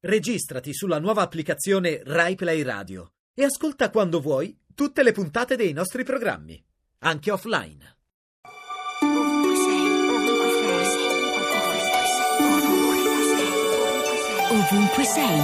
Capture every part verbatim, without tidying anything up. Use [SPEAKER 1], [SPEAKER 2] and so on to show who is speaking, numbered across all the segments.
[SPEAKER 1] Registrati sulla nuova applicazione Rai Play Radio e ascolta quando vuoi tutte le puntate dei nostri programmi, anche offline.
[SPEAKER 2] Ovunque sei.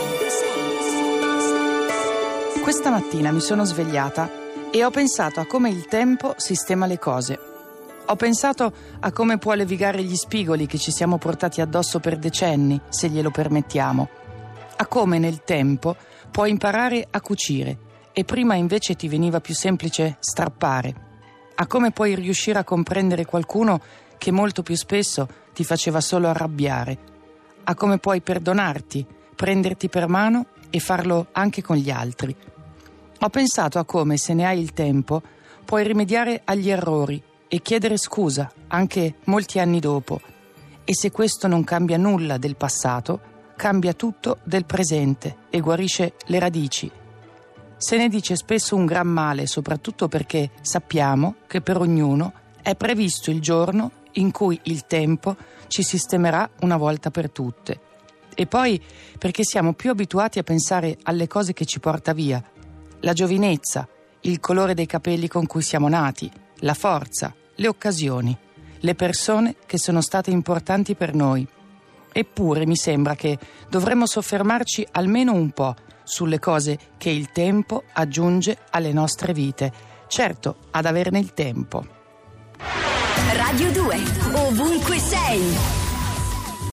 [SPEAKER 3] Questa mattina mi sono svegliata e ho pensato a come il tempo sistema le cose. Ho pensato a come può levigare gli spigoli che ci siamo portati addosso per decenni, se glielo permettiamo. A come nel tempo puoi imparare a cucire e prima invece ti veniva più semplice strappare. A come puoi riuscire a comprendere qualcuno che molto più spesso ti faceva solo arrabbiare. A come puoi perdonarti, prenderti per mano e farlo anche con gli altri. Ho pensato a come, se ne hai il tempo, puoi rimediare agli errori e chiedere scusa anche molti anni dopo. E se questo non cambia nulla del passato, cambia tutto del presente e guarisce le radici. Se ne dice spesso un gran male, soprattutto perché sappiamo che per ognuno è previsto il giorno in cui il tempo ci sistemerà una volta per tutte. E poi perché siamo più abituati a pensare alle cose che ci porta via: la giovinezza, il colore dei capelli con cui siamo nati, la forza, le occasioni, le persone che sono state importanti per noi. Eppure mi sembra che dovremmo soffermarci almeno un po' sulle cose che il tempo aggiunge alle nostre vite. Certo, ad averne il tempo.
[SPEAKER 2] Radio due, ovunque sei.